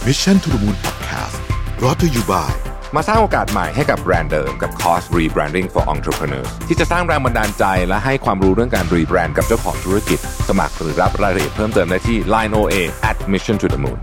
Mission to the Moon Podcast brought to you by มาสร้างโอกาสใหม่ให้กับแบรนด์เดิมกับคอร์ส Rebranding for Entrepreneurs ที่จะสร้างแรงบันดาลใจและให้ความรู้เรื่องการรีแบรนด์กับเจ้าของธุรกิจสมัครหรือรับรายละเอียดเพิ่มเติมได้ที่ Line OA @Mission to the Moon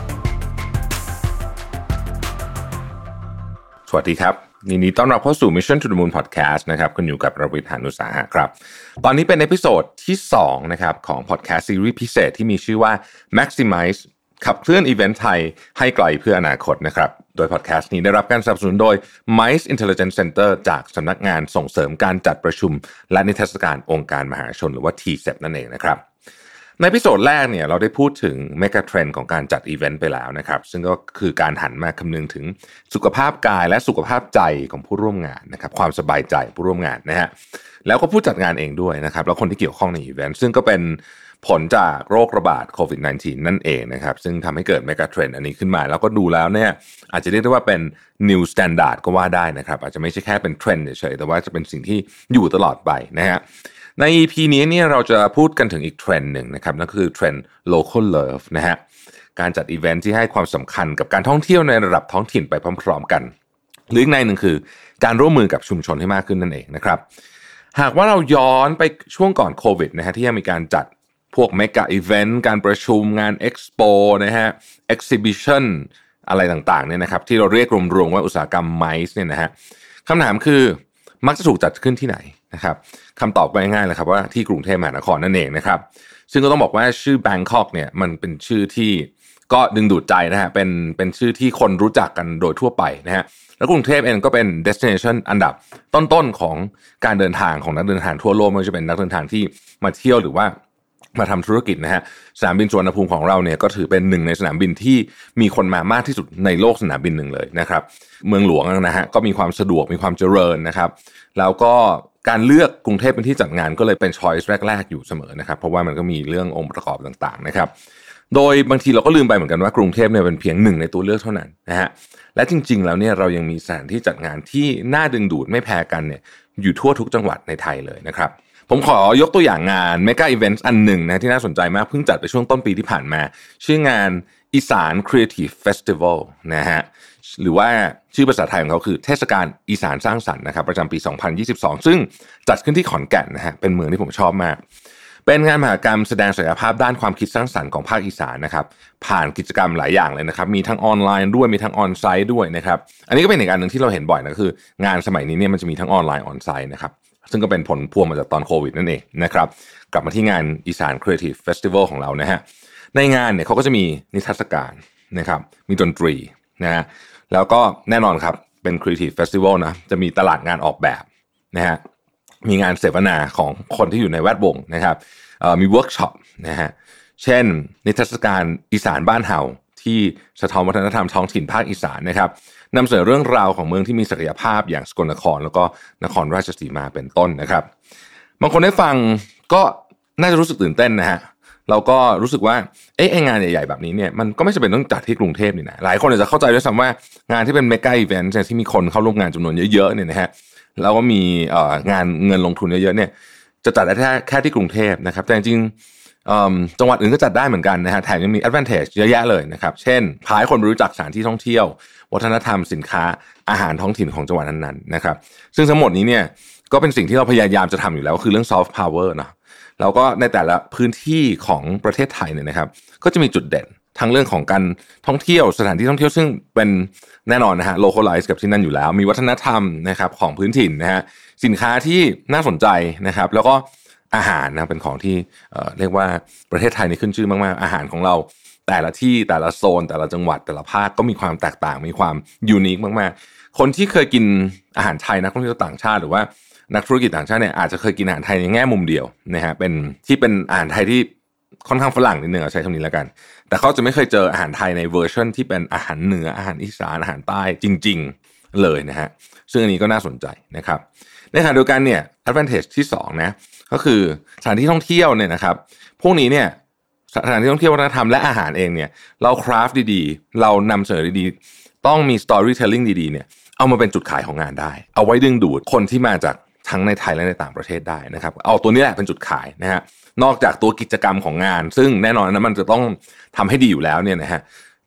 สวัสดีครับยินดีต้อนรับเข้าสู่ Mission to the Moon Podcast นะครับคุณอยู่กับรวิทย์ หาญอุตสาหะครับตอนนี้เป็นเอพิโซดที่2นะครับของ Podcast Series พิเศษที่มีชื่อว่า Maximize ขับเคลื่อนอีเวนต์ไทยให้ไกลเพื่ออนาคตนะครับโดย Podcast นี้ได้รับการสนับสนุนโดย MICE Intelligence Center จากสำนักงานส่งเสริมการจัดประชุมและนิทรรศการองค์การมหาชนหรือว่า TCEP นั่นเองนะครับในเอพิโซดแรกเนี่ยเราได้พูดถึงเมกะเทรนด์ของการจัดอีเวนต์ไปแล้วนะครับซึ่งก็คือการหันมาคำนึงถึงสุขภาพกายและสุขภาพใจของผู้ร่วมงานนะครับความสบายใจผู้ร่วมงานนะฮะแล้วก็ผู้จัดงานเองด้วยนะครับแล้วคนที่เกี่ยวข้องในอีเวนต์ซึ่งก็เป็นผลจากโรคระบาดโควิด -19 นั่นเองนะครับซึ่งทำให้เกิดเมกะเทรนด์อันนี้ขึ้นมาแล้วก็ดูแล้วเนี่ยอาจจะเรียกได้ว่าเป็น new standard ก็ว่าได้นะครับอาจจะไม่ใช่แค่เป็นเทรนด์เฉยๆแต่ว่าจะเป็นสิ่งที่อยู่ตลอดไปนะฮะใน EP นี้เนี่ยเราจะพูดกันถึงอีกเทรนด์หนึ่งนะครับนั่นคือเทรนด์ local love นะฮะการจัดอีเวนต์ที่ให้ความสำคัญกับการท่องเที่ยวในระดับท้องถิ่นไปพร้อมๆกันหรืออีกในหนึ่งคือการร่วมมือกับชุมชนให้มากขึ้นนั่นเองนะครับหากว่าเราย้อนไปช่วงก่อนโควิดนะฮะที่ยังมีการจัดพวกเมกะอีเวนต์การประชุมงานเอ็กซ์โปนะฮะเอ็กซิบิชันอะไรต่างๆเนี่ยนะครับที่เราเรียกรวมๆว่าอุตสาหกรรมไมซ์เนี่ยนะฮะคำถามคือมักจะถูกจัดขึ้นที่ไหนนะครับคำตอบก็ง่ายๆเลยครับว่าที่กรุงเทพมหานครนั่นเองนะครับซึ่งก็ต้องบอกว่าชื่อ Bangkok เนี่ยมันเป็นชื่อที่ก็ดึงดูดใจนะฮะเป็นชื่อที่คนรู้จักกันโดยทั่วไปนะฮะแล้วกรุงเทพเองก็เป็น destination อันดับต้นๆของการเดินทางของนักเดินทางทั่วโลกไม่ว่าจะเป็นนักเดินทางที่มาเที่ยวหรือว่ามาทำธุรกิจนะฮะสนามบินสุวรรณภูมิของเราเนี่ยก็ถือเป็นหนึ่งในสนามบินที่มีคนมามากที่สุดในโลกสนามบินหนึ่งเลยนะครับเมืองหลวงนะฮะก็มีความสะดวกมีความเจริญนะครับแล้วก็การเลือกกรุงเทพเป็นที่จัดงานก็เลยเป็น choice แรกๆอยู่เสมอนะครับเพราะว่ามันก็มีเรื่ององค์ประกอบต่างๆนะครับโดยบางทีเราก็ลืมไปเหมือนกันว่ากรุงเทพเนี่ยเป็นเพียงหนึ่งในตัวเลือกเท่านั้นนะฮะและจริงๆแล้วเนี่ยเรายังมีสถานที่จัดงานที่น่าดึงดูดไม่แพ้กันเนี่ยอยู่ทั่วทุกจังหวัดในไทยเลยนะครับผมขอยกตัวอย่างงาน Mega Events อันหนึ่งนะที่น่าสนใจมากเพิ่งจัดไปช่วงต้นปีที่ผ่านมาชื่องานอีสาน Creative Festival นะฮะหรือว่าชื่อภาษาไทยของเขาคือเทศกาลอีสานสร้างสรรค์นะครับประจำปี 2022 ซึ่งจัดขึ้นที่ขอนแก่นนะฮะเป็นเมืองที่ผมชอบมากเป็นงานมหกรรมแสดงศักยภาพด้านความคิดสร้างสรรค์ของภาคอีสานนะครับผ่านกิจกรรมหลายอย่างเลยนะครับมีทั้งออนไลน์ด้วยมีทั้งออนไซต์ด้วยนะครับอันนี้ก็เป็นอีกอันนึงที่เราเห็นบ่อยนะคืองานสมัยนี้เนี่ยมันจะมีทั้งออนไลน์ออนไซต์นะครับซึ่งก็เป็นผลพวงมาจากตอนโควิดนั่นเองนะครับกลับมาที่งานอีสาน Creative Festival ของเรานะฮะในงานเนี่ยเขาก็จะมีนิทรรศการนะครับมีดนตรีนะฮะแล้วก็แน่นอนครับเป็น Creative Festival นะจะมีตลาดงานออกแบบนะฮะมีงานเสวนาของคนที่อยู่ในแวดวงนะครับมีเวิร์กช็อปนะฮะเช่นนิทรรศการอีสานบ้านเฮาที่สะท้อนวัฒนธรรมท้องถิ่นภาคอีสานนะครับนำเสนอเรื่องราวของเมืองที่มีศักยภาพอย่างสกลนครแล้วก็นครราชสีมาเป็นต้นนะครับบางคนได้ฟังก็น่าจะรู้สึกตื่นเต้นนะฮะเราก็รู้สึกว่าไอ้งานใหญ่ๆแบบนี้เนี่ยมันก็ไม่จำเป็นต้องจัดที่กรุงเทพนี่นะหลายคนอาจจะเข้าใจด้วยซ้ำว่างานที่เป็นเมกะอีเวนต์ที่มีคนเข้าร่วมงานจำนวนเยอะๆเนี่ยนะฮะแล้วก็มีงานเงินลงทุนเยอะๆเนี่ยจะจัดได้แค่ที่กรุงเทพนะครับแต่จริงจังหวัดอื่นก็จัดได้เหมือนกันนะฮะแถมยังมี advantage เยอะแยะเลยนะครับเช่นพาให้คนรู้จักสถานที่ท่องเที่ยววัฒนธรรมสินค้าอาหารท้องถิ่นของจังหวัดนั้นๆนะครับซึ่งทั้งหมดนี้เนี่ยก็เป็นสิ่งที่เราพยายามจะทำอยู่แล้วก็คือเรื่อง soft power เนาะแล้วก็ในแต่ละพื้นที่ของประเทศไทยเนี่ยนะครับก็จะมีจุดเด่นทั้งเรื่องของการท่องเที่ยวสถานที่ท่องเที่ยวซึ่งเป็นแน่นอนนะฮะ localize กับที่นั่นอยู่แล้วมีวัฒนธรรมนะครับของพื้นถิ่นนะฮะสินค้าที่น่าสนใจนะครับแล้วก็อาหารนะเป็นของที่เรียกว่าประเทศไทยนี่ขึ้นชื่อมากๆอาหารของเราแต่ละที่แต่ละโซนแต่ละจังหวัดแต่ละภาคก็มีความแตกต่างมีความยูนิคมากๆคนที่เคยกินอาหารไทยนักท่องเที่ยวต่างชาติหรือว่านักธุรกิจต่างชาติเนี่ยอาจจะเคยกินอาหารไทยในแง่มุมเดียวนะฮะเป็นอาหารไทยที่ค่อนข้างฝรั่งนิดนึงใช้คำนี้แล้วกันแต่เขาจะไม่เคยเจออาหารไทยในเวอร์ชันที่เป็นอาหารเหนืออาหารอีสานอาหารใต้จริงๆเลยนะฮะซึ่งอันนี้ก็น่าสนใจนะครับในขณะเดียวกันเนี่ย advantage ที่2นะก็คือสถานที่ท่องเที่ยวเนี่ยนะครับพวกนี้เนี่ยสถานที่ท่องเที่ยววัฒนธรรมและอาหารเองเนี่ยเราคราฟดีๆเรานำเสนอดีๆต้องมี storytelling ดีๆเนี่ยเอามาเป็นจุดขายของงานได้เอาไว้ดึงดูดคนที่มาจากทั้งในไทยและในต่างประเทศได้นะครับเอาตัวนี้แหละเป็นจุดขายนะฮะนอกจากตัวกิจกรรมของงานซึ่งแน่นอนนะมันจะต้องทำให้ดีอยู่แล้วเนี่ยนะฮะ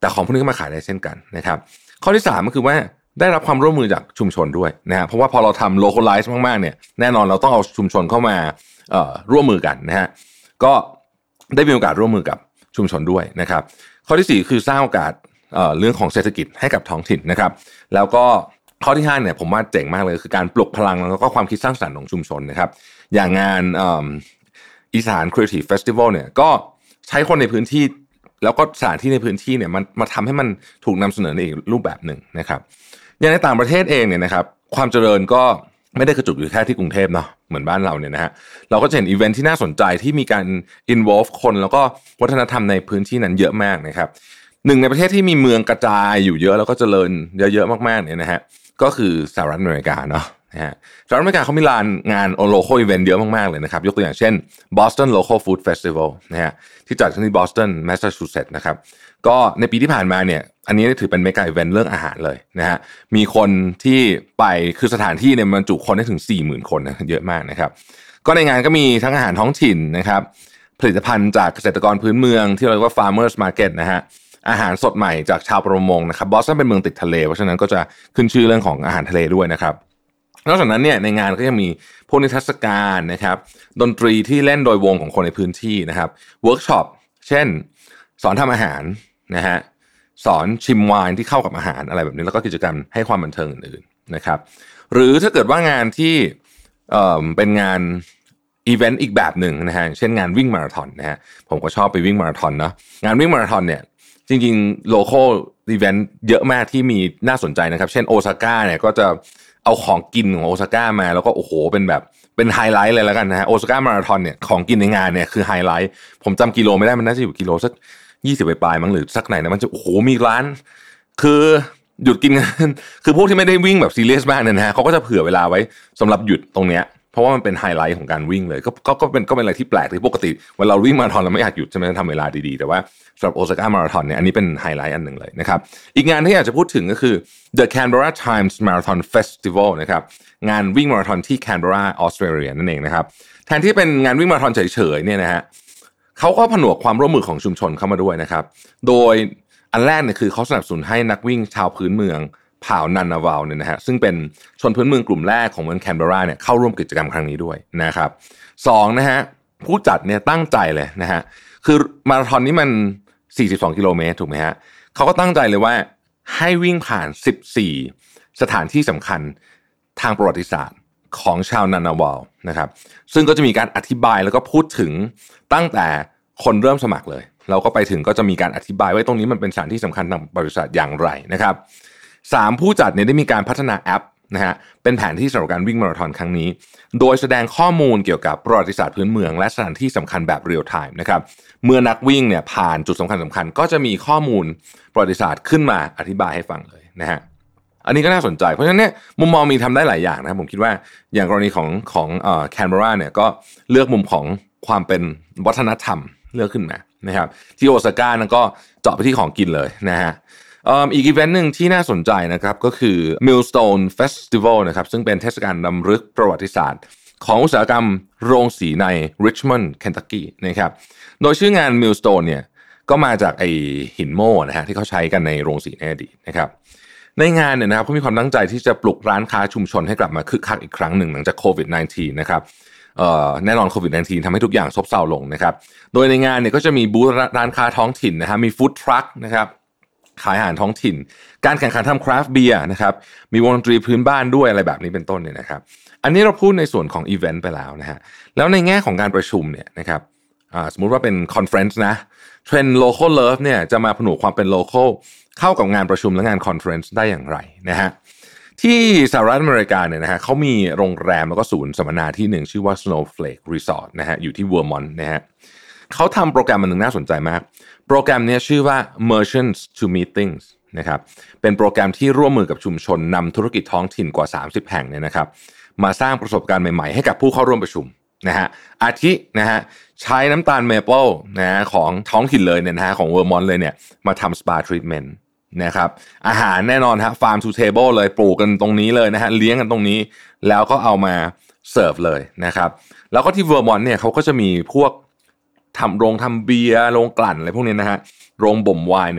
แต่ของพวกนี้ก็มาขายได้เช่นกันนะครับข้อที่3ก็คือว่าได้รับความร่วมมือจากชุมชนด้วยนะฮะเพราะว่าพอเราทำ localize มากๆเนี่ยแน่นอนเราต้องเอาชุมชนเข้ามาร่วมมือกันนะฮะก็ได้มีโอกาสร่วมมือกับชุมชนด้วยนะครับข้อที่4คือสร้างโอกาสเรื่องของเศรษฐกิจให้กับท้องถิ่นนะครับแล้วก็ข้อที่5เนี่ยผมว่าเจ๋งมากเลยคือการปลุกพลังแล้วก็ความคิดสร้างสรรค์ของชุมชนนะครับอย่างงานอีสาน Creative Festival เนี่ยก็ใช้คนในพื้นที่แล้วก็สถานที่ในพื้นที่เนี่ยมาทำให้มันถูกนำเสนอในอีกรูปแบบหนึ่งนะครับอย่างในต่างประเทศเองเนี่ยนะครับความเจริญก็ไม่ได้กระจุกอยู่แค่ที่กรุงเทพเนาะเหมือนบ้านเราเนี่ยนะฮะเราก็จะเห็นอีเวนท์ที่น่าสนใจที่มีการ involve คนแล้วก็วัฒนธรรมในพื้นที่นั้นเยอะมากนะครับหนึ่งในประเทศที่มีเมืองกระจายอยู่เยอะแล้วก็เจริญเยอะๆมากๆเนี่ยนะฮะก็คือสหรัฐอเมริกาเนาะนะฮะสหรัฐอเมริกาเขามีงาน local event เยอะมากๆเลยนะครับยกตัวอย่างเช่น Boston Local Food Festival นะฮะที่จัดที่ Boston Massachusetts นะครับก็ในปีที่ผ่านมาเนี่ยอันนี้ถือเป็นเมกะอีเวนต์เรื่องอาหารเลยนะฮะมีคนที่ไปคือสถานที่เนี่ยมันจุคนได้ถึง 40,000 คนนะเยอะมากนะครับก็ในงานก็มีทั้งอาหารท้องถิ่นนะครับผลิตภัณฑ์จากเกษตรกรพื้นเมืองที่เราเรียกว่า Farmers Market นะฮะอาหารสดใหม่จากชาวประมงนะครับบอสตันเป็นเมืองติดทะเลเพราะฉะนั้นก็จะขึ้นชื่อเรื่องของอาหารทะเลด้วยนะครับนอกจากนั้นเนี่ยในงานก็ยังมีพวกนิทรรศการนะครับดนตรีที่เล่นโดยวงของคนในพื้นที่นะครับเวิร์กช็อปเช่นสอนทำอาหารนะฮะสอนชิมไวน์ที่เข้ากับอาหารอะไรแบบนี้แล้วก็กิจกรรมให้ความบันเทิงอื่นๆนะครับหรือถ้าเกิดว่างานที่เป็นงานอีเวนต์อีกแบบหนึ่งนะฮะเช่นงานวิ่งมาราธอนนะฮะผมก็ชอบไปวิ่งมาราธอนเนาะงานวิ่งมาราธอนเนี่ยจริงๆโลคอลอีเวนต์เยอะมากที่มีน่าสนใจนะครับเช่นโอซาก้าเนี่ยก็จะเอาของกินของโอซาก้ามาแล้วก็โอ้โหเป็นไฮไลท์เลยแล้วกันนะฮะโอซาก้ามาราธอนเนี่ยของกินในงานเนี่ยคือไฮไลท์ผมจำกิโลไม่ได้มันน่าจะอยู่กิโลสัก20ปลายมั้งหรือสักไหนนะมันจะโอ้โหมีร้านคือหยุดกินกันคือพวกที่ไม่ได้วิ่งแบบซีเรียสมากเนี่ยนะฮะเขาก็จะเผื่อเวลาไว้สำหรับหยุดตรงเนี้ยเพราะว่ามันเป็นไฮไลท์ของการวิ่งเลยก็เป็นอะไรที่แปลกที่ปกติเวลาเราวิ่งมาราธอนเราไม่อยากหยุดใช่ไหมทำเวลาดีๆแต่ว่าสำหรับโอซาก้ามาราธอนเนี่ยอันนี้เป็นไฮไลท์อันหนึ่งเลยนะครับอีกงานที่อยากจะพูดถึงก็คือ The Canberra Times Marathon Festival นะครับงานวิ่งมาราธอนที่แคนเบราออสเตรเลียนั่นเองนะครับแทนที่เป็นงานวิ่งมาราธอนเฉยๆเนี่ยนะฮะเขาก็ผนวกความร่วมมือของชุมชนเข้ามาด้วยนะครับโดยอันแรกเนี่ยคือเขาสนับสนุนให้นักวิ่งชาวพื้นเมืองเผ่านันนาวาลเนี่ยนะฮะซึ่งเป็นชนพื้นเมืองกลุ่มแรกของเมืองแคนเบราเนี่ยเข้าร่วมกิจกรรมครั้งนี้ด้วยนะครับ2นะฮะผู้จัดเนี่ยตั้งใจเลยนะฮะคือมาราธอนนี้มัน42กิโลเมตรถูกไหมฮะเขาก็ตั้งใจเลยว่าให้วิ่งผ่าน14สถานที่สำคัญทางประวัติศาสตร์ของชาวนันนาวาลนะครับซึ่งก็จะมีการอธิบายแล้วก็พูดถึงตั้งแต่คนเริ่มสมัครเลยเราก็ไปถึงก็จะมีการอธิบายว่าตรงนี้มันเป็นสถานที่สำคัญทางประวัติศาสตร์อย่างไรนะครับ3ผู้จัดเนี่ยได้มีการพัฒนาแอปนะฮะเป็นแผนที่สำหรับการวิ่งมาราธอนครั้งนี้โดยแสดงข้อมูลเกี่ยวกับประวัติศาสตร์พื้นเมืองและสถานที่สำคัญแบบเรียลไทม์นะครับเมื่อนักวิ่งเนี่ยผ่านจุดสำคัญก็จะมีข้อมูลประวัติศาสตร์ขึ้นมาอธิบายให้ฟังเลยนะฮะอันนี้ก็น่าสนใจเพราะฉะนั้นเนี่ยมุมมองมีทำได้หลายอย่างนะครับผมคิดว่าอย่างกรณีของแคนเบราเนี่ยก็เลือกมุมของความเป็นวัฒนธรรมเลือกขึ้นมานะครับที่โอซาก้านั่นก็เจาะไปที่ของกินเลยนะฮะอีกอีเวนต์หนึ่งที่น่าสนใจนะครับก็คือ Millstone Festival นะครับซึ่งเป็นเทศกาลรำลึกประวัติศาสตร์ของอุตสาหกรรมโรงสีใน Richmond Kentucky นะครับโดยชื่องาน Millstone เนี่ยก็มาจากไอหินโม่นะฮะที่เขาใช้กันในโรงสีในอดีตนะครับในงานเนี่ยนะครับเขามีความตั้งใจที่จะปลุกร้านค้าชุมชนให้กลับมาคึกคักอีกครั้งหนึ่งหลังจากโควิด -19 นะครับแน่นอนโควิด -19 ทำให้ทุกอย่างซบเซาลงนะครับโดยในงานเนี่ยก็จะมีบูธร้านค้าท้องถิ่นนะฮะมีฟู้ดทรัคนะครับขายอาหารท้องถิ่นการแข่งขันทำคราฟต์เบียร์นะครับมีวงดนตรีพื้นบ้านด้วยอะไรแบบนี้เป็นต้นเนี่ยนะครับอันนี้เราพูดในส่วนของอีเวนต์ไปแล้วนะฮะแล้วในแง่ของการประชุมเนี่ยนะครับสมมุติว่าเป็นคอนเฟรนซ์นะเทรนด์ local love เนี่ยจะมาผนวกความเป็น local เข้ากับงานประชุมและงานคอนเฟรนซ์ได้อย่างไรนะฮะที่สหรัฐอเมริกาเนี่ยนะฮะเขามีโรงแรมแล้วก็ศูนย์สัมมนาที่หนึ่งชื่อว่า Snowflake Resort นะฮะอยู่ที่เวอร์มอนต์นะฮะเขาทำโปรแกรมมันหนึ่งน่าสนใจมากโปรแกรมนี้ชื่อว่า Merchants to Meetings นะครับเป็นโปรแกรมที่ร่วมมือกับชุมชนนำธุรกิจท้องถิ่นกว่า30แห่งเนี่ยนะครับมาสร้างประสบการณ์ใหม่ๆให้กับผู้เข้าร่วมประชุมนะฮะอาทินะฮะใช้น้ำตาลเมเปิลนะฮะของท้องถิ่นเลยเนี่ยนะฮะของเวอร์มอนต์เลยเนี่ยมาทำสปาทรีทเมนต์นะครับอาหารแน่นอนฮะ farm to table เลยปลูกกันตรงนี้เลยนะฮะเลี้ยงกันตรงนี้แล้วก็เอามาเสิร์ฟเลยนะครับแล้วก็ที่เวอร์มอนต์เนี่ยเขาก็จะมีพวกทำเบียร์โรงกลั่นอะไรพวกนี้นะฮะโรงบ่มไวน์เนี่ย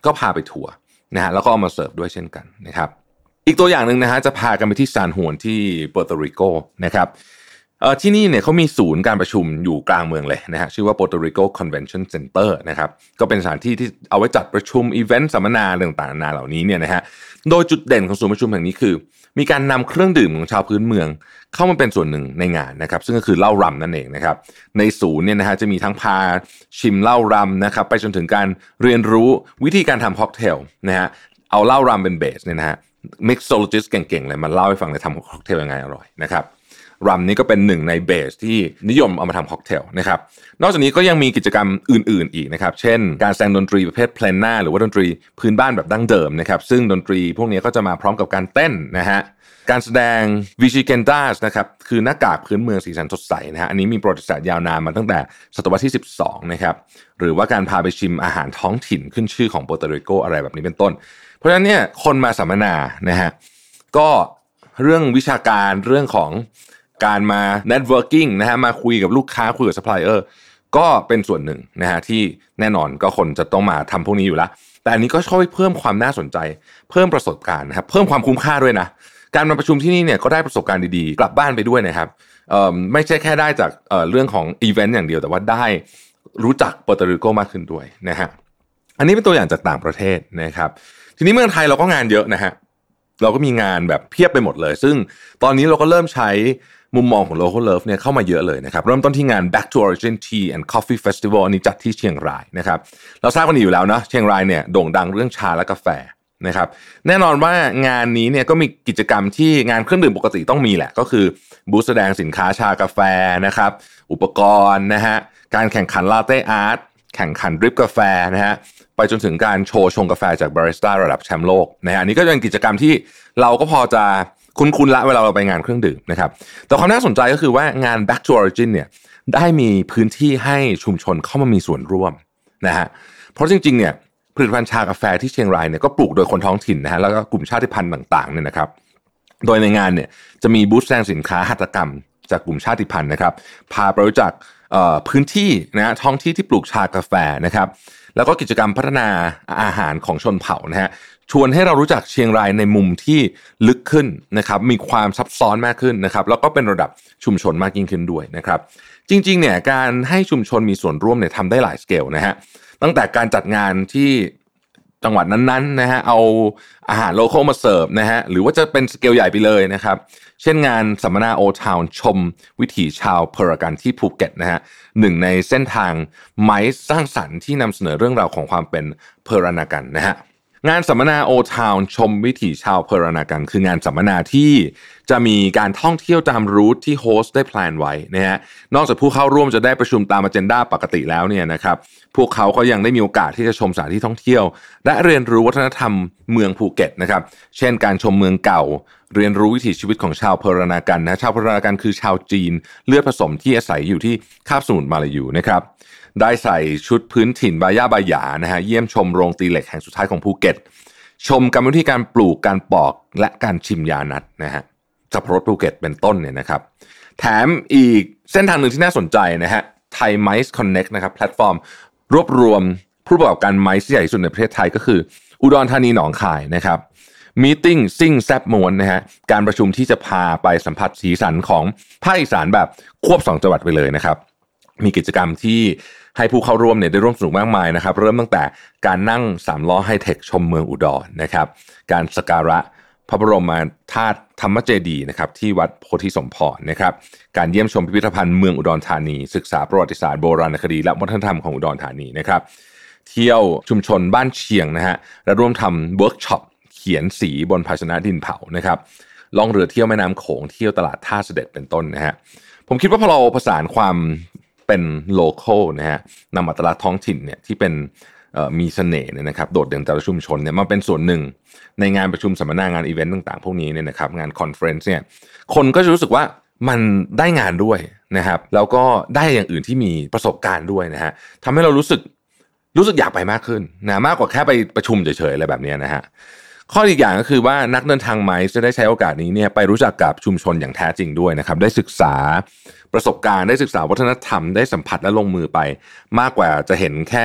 ก็พาไปทัวร์นะฮะแล้วก็เอามาเสิร์ฟด้วยเช่นกันนะครับอีกตัวอย่างนึงนะฮะจะพากันไปที่ซานฮวนที่เปอร์โตริโกนะครับที่นี่เนี่ยเขามีศูนย์การประชุมอยู่กลางเมืองเลยนะฮะชื่อว่า Puerto Rico Convention Center นะครับก็เป็นสถานที่ที่เอาไว้จัดประชุมอีเวนต์สัมมนาต่างๆนานาเหล่านี้เนี่ยนะฮะโดยจุดเด่นของศูนย์ประชุมแห่งนี้คือมีการนำเครื่องดื่มของชาวพื้นเมืองเข้ามาเป็นส่วนหนึ่งในงานนะครับซึ่งก็คือเหล้ารำนั่นเองนะครับในศูนย์เนี่ยนะฮะจะมีทั้งพาชิมเหล้ารำนะครับไปจนถึงการเรียนรู้วิธีการทำค็อกเทลนะฮะเอาเหล้ารำเป็นเบสเนี่ยนะฮะmixologist เก่งๆเลยมาเล่าให้ฟังเลยทำค็อกเทลยังไงอร่อยนะครับรัมนี้ก็เป็นหนึ่งในเบสที่นิยมเอามาทำค็อกเทลนะครับนอกจากนี้ก็ยังมีกิจกรรมอื่นๆอีกนะครับเช่นการแสดงดนตรีประเภทเพลนน่าหรือว่าดนตรีพื้นบ้านแบบดั้งเดิมนะครับซึ่งดนตรีพวกนี้ก็จะมาพร้อมกับการเต้นนะฮะการแสดงวิชิเกนดาสนะครับคือหน้ากากพื้นเมืองสีสันสดใสนะฮะอันนี้มีประวัติศาสตร์ยาวนานมาตั้งแต่ศตวรรษที่12นะครับหรือว่าการพาไปชิมอาหารท้องถิ่นขึ้นชื่อของโปรตุเกสอะไรแบบนี้เป็นต้นเพราะฉะนั้นเนี่ยคนมาสัมมนานะฮะก็เรื่องวิชาการเรื่องของการมา networking นะฮะมาคุยกับลูกค้าคุยกับซัพพลายเออร์ก็เป็นส่วนหนึ่งนะฮะที่แน่นอนก็คนจะต้องมาทำพวกนี้อยู่แล้วแต่อันนี้ก็ช่วยเพิ่มความน่าสนใจเพิ่มประสบการณ์นะครับเพิ่มความคุ้มค่าด้วยนะการมาประชุมที่นี่เนี่ยก็ได้ประสบการณ์ดีๆกลับบ้านไปด้วยนะครับไม่ใช่แค่ได้จากเรื่องของอีเวนต์อย่างเดียวแต่ว่าได้รู้จักเปอร์โตริโกมากขึ้นด้วยนะฮะอันนี้เป็นตัวอย่างจากต่างประเทศนะครับทีนี้เมืองไทยเราก็งานเยอะนะฮะเราก็มีงานแบบเพียบไปหมดเลยซึ่งตอนนี้เราก็เริ่มใช้มุมมองของ Local Love เนี่ยเข้ามาเยอะเลยนะครับเริ่มต้นที่งาน Back to Origin Tea and Coffee Festival อันนี้จัดที่เชียงรายนะครับเราทราบกันอยู่แล้วนะเชียงรายเนี่ยโด่งดังเรื่องชาและกาแฟนะครับแน่นอนว่างานนี้เนี่ยก็มีกิจกรรมที่งานเครื่องดื่มปกติต้องมีแหละก็คือบูธแสดงสินค้าชากาแฟนะครับอุปกรณ์นะฮะการแข่งขันลาเต้อาร์ตแข่งขันดริปกาแฟนะฮะไปจนถึงการโชว์ชงกาแฟจากบาริสต้าระดับแชมป์โลกนะฮะอันนี้ก็เป็นกิจกรรมที่เราก็พอจะคุ้นๆละเวลาเราไปงานเครื่องดื่มนะครับแต่ความน่าสนใจก็คือว่างาน Back to Origin เนี่ยได้มีพื้นที่ให้ชุมชนเข้ามามีส่วนร่วมนะฮะเพราะจริงๆเนี่ยผลิตภัณฑ์ชากาแฟที่เชียงรายเนี่ยก็ปลูกโดยคนท้องถิ่นนะฮะแล้วก็กลุ่มชาติพันธุ์ต่างๆเนี่ยนะครับโดยในงานเนี่ยจะมีบูธแสดงสินค้าหัตถกรรมจากกลุ่มชาติพันธุ์นะครับพาไปรู้จักพื้นที่นะท้องที่ที่ปลูกชากาแฟนะครับแล้วก็กิจกรรมพัฒนาอาหารของชนเผ่านะฮะชวนให้เรารู้จักเชียงรายในมุมที่ลึกขึ้นนะครับมีความซับซ้อนมากขึ้นนะครับแล้วก็เป็นระดับชุมชนมากยิ่งขึ้นด้วยนะครับจริงๆเนี่ยการให้ชุมชนมีส่วนร่วมเนี่ยทำได้หลายสเกลนะฮะตั้งแต่การจัดงานที่จังหวัดนั้นๆนะฮะเอาอาหารโลคอลมาเสิร์ฟนะฮะหรือว่าจะเป็นสเกลใหญ่ไปเลยนะครับเช่นงานสัมมนาโอทาวน์ชมวิถีชาวเพอรากันที่ภูเก็ตนะฮะหนึ่งในเส้นทางไม้สร้างสรรค์ที่นำเสนอเรื่องราวของความเป็นเพอรานากันนะฮะงานสัมมนาโอทาวน์ชมวิถีชาวเพอรานากันคืองานสัมมนาที่จะมีการท่องเที่ยวตามรูทที่โฮสต์ได้แพลนไว้นะฮะนอกจากผู้เข้าร่วมจะได้ประชุมตามอเจนดาปกติแล้วเนี่ยนะครับพวกเขาก็ยังได้มีโอกาสที่จะชมสถานที่ท่องเที่ยวและเรียนรู้วัฒนธรรมเมืองภูเก็ตนะครับเช่นการชมเมืองเก่าเรียนรู้วิถีชีวิตของชาวเพอรานากันนะชาวเพอรานากันคือชาวจีนเลือดผสมที่อาศัยอยู่ที่คาบสมุทรมาลายูนะครับได้ใส่ชุดพื้นถิ่นบาย่าบายานะฮะเยี่ยมชมโรงตีเหล็กแห่งสุดท้ายของภูเก็ตชมกรรมวิธีการปลูกการปอกและการชิมยานัทนะฮะสับปะรดภูเก็ตเป็นต้นเนี่ยนะครับแถมอีกเส้นทางหนึ่งที่น่าสนใจนะฮะไทยไมซ์คอนเน็กต์นะครับแพลตฟอร์มรวบรวมผู้ประกอบการไมซ์ที่ใหญ่ที่สุดในประเทศไทยก็คืออุดรธานีหนองคายนะครับมีตติ้งซิ่งแซบมวนนะฮะการประชุมที่จะพาไปสัมผัสสีสันของภาคอีสานแบบควบ2จังหวัดไปเลยนะครับมีกิจกรรมที่ให้ผู้เข้าร่วมเนี่ยได้ร่วมสนุกมากมายนะครับเริ่มตั้งแต่การนั่ง3ล้อไฮเทคชมเมืองอุดรนะครับการสักการะพระบรมธาตุธรรมเจดีย์นะครับที่วัดโพธิสมพรนะครับการเยี่ยมชมพิพิธภัณฑ์เมืองอุดรธานีศึกษาประวัติศาสตร์โบราณคดีและวัฒนธรรมของอุดรธานีนะครับเที่ยวชุมชนบ้านเชียงนะฮะและร่วมทำเวิร์กช็อปเขียนสีบนภาชนะดินเผานะครับล่องเรือเที่ยวแม่น้ำโขงเที่ยวตลาดท่าเสด็จเป็นต้นนะฮะผมคิดว่าพอเราผสานความเป็นโลคอลนะฮะนำอัตลักษณ์ท้องถิ่นเนี่ยที่เป็นมีเสน่ห์เนี่ยนะครับโดดเด่นแต่ละชุมชนเนี่ยมาเป็นส่วนหนึ่งในงานประชุมสัมมนางานอีเวนต์ต่างๆพวกนี้เนี่ยนะครับงานคอนเฟอเรนซ์เนี่ยคนก็จะรู้สึกว่ามันได้งานด้วยนะครับแล้วก็ได้อย่างอื่นที่มีประสบการณ์ด้วยนะฮะทำให้เรารู้สึกอยากไปมากขึ้นนะมากกว่าแค่ไปประชุมเฉยๆอะไรแบบนี้นะฮะข้ออีกอย่างก็คือว่านักเดินทางไมซ์จะได้ใช้โอกาสนี้เนี่ยไปรู้จักกับชุมชนอย่างแท้จริงด้วยนะครับได้ศึกษาประสบการณ์ได้ศึกษาวัฒนธรรมได้สัมผัสและลงมือไปมากกว่าจะเห็นแค่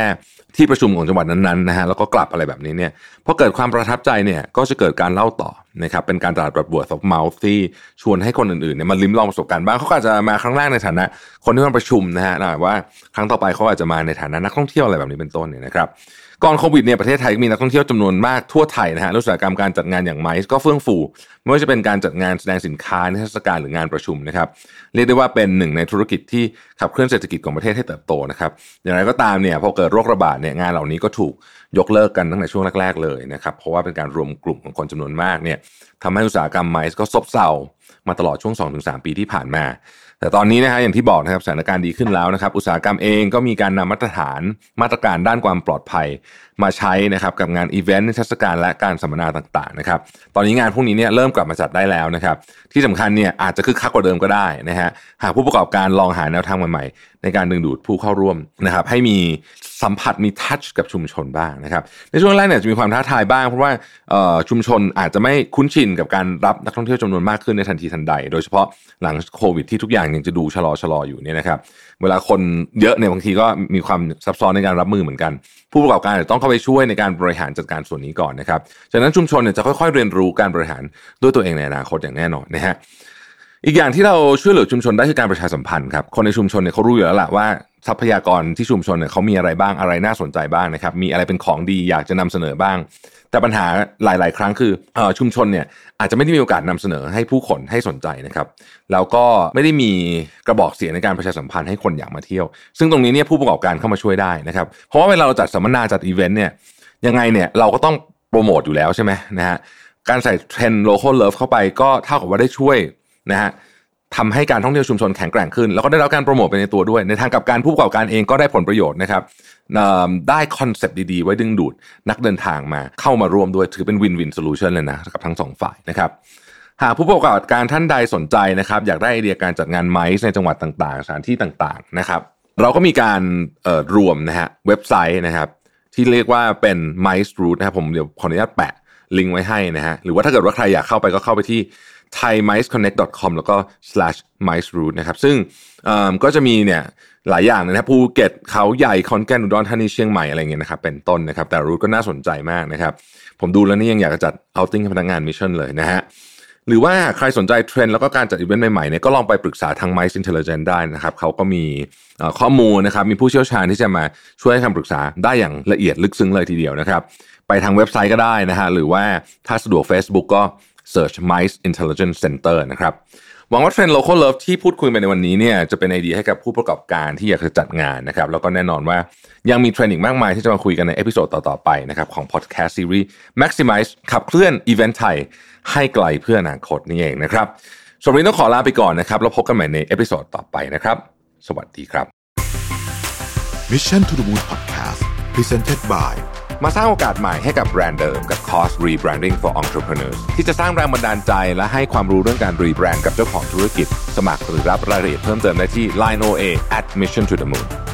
ที่ประชุมของจังหวัดนั้นๆนะฮะแล้วก็กลับอะไรแบบนี้เนี่ยพอเกิดความประทับใจเนี่ยก็จะเกิดการเล่าต่อนะครับเป็นการตลาดแบบ word of mouth ที่ชวนให้คนอื่นๆเนี่ยมาลิ้มลองประสบการณ์บ้างเขาอาจจะมาครั้งแรกในฐานะคนที่มาประชุมนะฮะแต่ว่าครั้งต่อไปเขาอาจจะมาในฐานะนักท่องเที่ยวอะไรแบบนี้เป็นต้นเนี่ยนะครับก่อนโควิดเนี่ยประเทศไทยมีนักท่องเที่ยวจำนวนมากทั่วไทยนะฮะอุตสาหกรรมการจัดงานอย่างไมซ์ก็เฟื่องฟูไม่ว่าจะเป็นการจัดงานแสดงสินค้านิทรรศการหรืองานประชุมนะครับเรียกได้ว่าเป็นหนึ่งในธุรกิจที่ขับเคลื่อนเศรษฐกิจของประเทศให้เติบโตนะครับอย่างไรก็ตามเนี่ยพอเกิดโรคระบาดเนี่ยงานเหล่านี้ก็ถูกยกเลิกกันตั้งแต่ช่วงแรกๆเลยนะครับเพราะว่าเป็นการรวมกลุ่มของคนจำนวนมากเนี่ยทำให้อุตสาหกรรมไมซ์ก็ซบเซามาตลอดช่วง 2-3 ปีที่ผ่านมาแต่ตอนนี้นะฮะอย่างที่บอกนะครับสถานการณ์ดีขึ้นแล้วนะครับอุตสาหกรรมเองก็มีการนำมาตรการด้านความปลอดภัยมาใช้นะครับกับงานอีเวนต์นิทรรศการและการสัมมนาต่างๆนะครับตอนนี้งานพวกนี้เนี่ยเริ่มกลับมาจัดได้แล้วนะครับที่สำคัญเนี่ยอาจจะคึกคักกว่าเดิมก็ได้นะฮะหากผู้ประกอบการลองหาแนวทางใหม่ๆในการดึงดูดผู้เข้าร่วมนะครับให้มีสัมผัสมีทัชกับชุมชนบ้างนะครับในช่วงแรกเนี่ยจะมีความท้าทายบ้างเพราะว่าชุมชนอาจจะไม่คุ้นชินกับการรับนักท่องเที่ยวจำนวนมากขึ้นในทันทีทันใดโดยเฉพาะหลังโควิดที่ทุกอย่างยังจะดูชะลออยู่เนี่ยนะครับเวลาคนเยอะเนี่ยบางทีก็มีความซับซ้อนในการรับมือเหมือนกันผู้ประกอบการต้องเข้าไปช่วยในการบริหารจัดการส่วนนี้ก่อนนะครับจากนั้นชุมชนเนี่ยจะค่อยๆเรียนรู้การบริหารด้วยตัวเองในอนาคตอย่างแน่นอนนะฮะอีกอย่างที่เราช่วยเหลือชุมชนได้คือการประชาสัมพันธ์ครับคนในชุมชนเนี่ยเขารู้อยู่แล้วล่ะว่าทรัพยากรที่ชุมชนเนี่ยเขามีอะไรบ้างอะไรน่าสนใจบ้างนะครับมีอะไรเป็นของดีอยากจะนำเสนอบ้างแต่ปัญหาหลายๆครั้งคือชุมชนเนี่ยอาจจะไม่ได้มีโอกาสนำเสนอให้ผู้คนให้สนใจนะครับแล้วก็ไม่ได้มีกระบอกเสียงในการประชาสัมพันธ์ให้คนอยากมาเที่ยวซึ่งตรงนี้เนี่ยผู้ประกอบการเข้ามาช่วยได้นะครับเพราะว่าเวลาเราจัดสัมมนาจัดอีเวนต์เนี่ยยังไงเนี่ยเราก็ต้องโปรโมทอยู่แล้วใช่ไหมนะฮะการใส่เทรนด์ local love เข้าไปก็เท่ากับว่าได้ช่วยนะฮะทำให้การท่องเที่ยวชุมชนแข็งแกร่งขึ้นแล้วก็ได้รับการโปรโมทไปในตัวด้วยในทางกับการผู้ประกอบการเองก็ได้ผลประโยชน์นะครับได้คอนเซปต์ดีๆไว้ดึงดูดนักเดินทางมาเข้ามาร่วมด้วยถือเป็นวินวินโซลูชันเลยนะกับทั้งสองฝ่ายนะครับหากผู้ประกอบการท่านใดสนใจนะครับอยากได้ไอเดียการจัดงานไมซ์ในจังหวัดต่างๆสถานที่ต่างๆนะครับเราก็มีการรวมนะฮะเว็บไซต์นะครับที่เรียกว่าเป็น Mice Route นะครับผมเดี๋ยวขออนุญาตแปะลิงก์ไว้ให้นะฮะหรือว่าถ้าเกิดว่าใครอยากเข้าไปก็เข้าไปที่ thaimiceconnect.com แล้วก็ /miceroute นะครับซึ่งก็จะมีเนี่ยหลายอย่างนะครับภูเก็ตเขาใหญ่ขอนแก่นอุดรธานีเชียงใหม่อะไรเงี้ยนะครับเป็นต้นนะครับแต่รูทก็น่าสนใจมากนะครับผมดูแล้วนี่ยังอยากจะจัดเอาติ้งให้พนักงานมิชชั่นเลยนะฮะหรือว่าใครสนใจเทรนด์แล้วก็การจัดอีเวนต์ใหม่ๆเนี่ยก็ลองไปปรึกษาทาง Mice Intelligence ได้นะครับเขาก็มีข้อมูลนะครับมีผู้เชี่ยวชาญที่จะมาช่วยให้คำปรึกษาได้อย่างละเอียดลึกซึ้งเลยทีเดียวนะครับไปทางเว็บไซต์ก็ได้นะฮะหรือว่าถ้าสะดวก Facebook ก็ search Mice Intelligence Center นะครับหวังว่าเทรนด์ Local Love ที่พูดคุยไปในวันนี้เนี่ยจะเป็นไอเดียให้กับผู้ประกอบการที่อยากจะจัดงานนะครับแล้วก็แน่นอนว่ายังมีเทรนด์อีกมากมายที่จะมาคุยกันในเอพิโซดต่อๆไปนะครับของ Podcast Series Maximize ขับเคลื่อนอีเวนต์ไทยให้ไกลเพื่ออนาคตนี่เองนะครับสำหรับวันนี้ต้องขอลาไปก่อนนะครับแล้วพบกันใหม่ในเอพิโซดต่อไปนะครับสวัสดีครับ Mission to the Moon Podcast Presented by มาสร้างโอกาสใหม่ให้กับแบรนด์เดิมกับ Cost Rebranding for Entrepreneurs ที่จะสร้างแรงบันดาลใจและให้ความรู้เรื่องการรีแบรนด์กับเจ้าของธุรกิจสมัครหรือรับรายละเอียดเพิ่มเติมได้ที่ Line OA @Mission to the Moon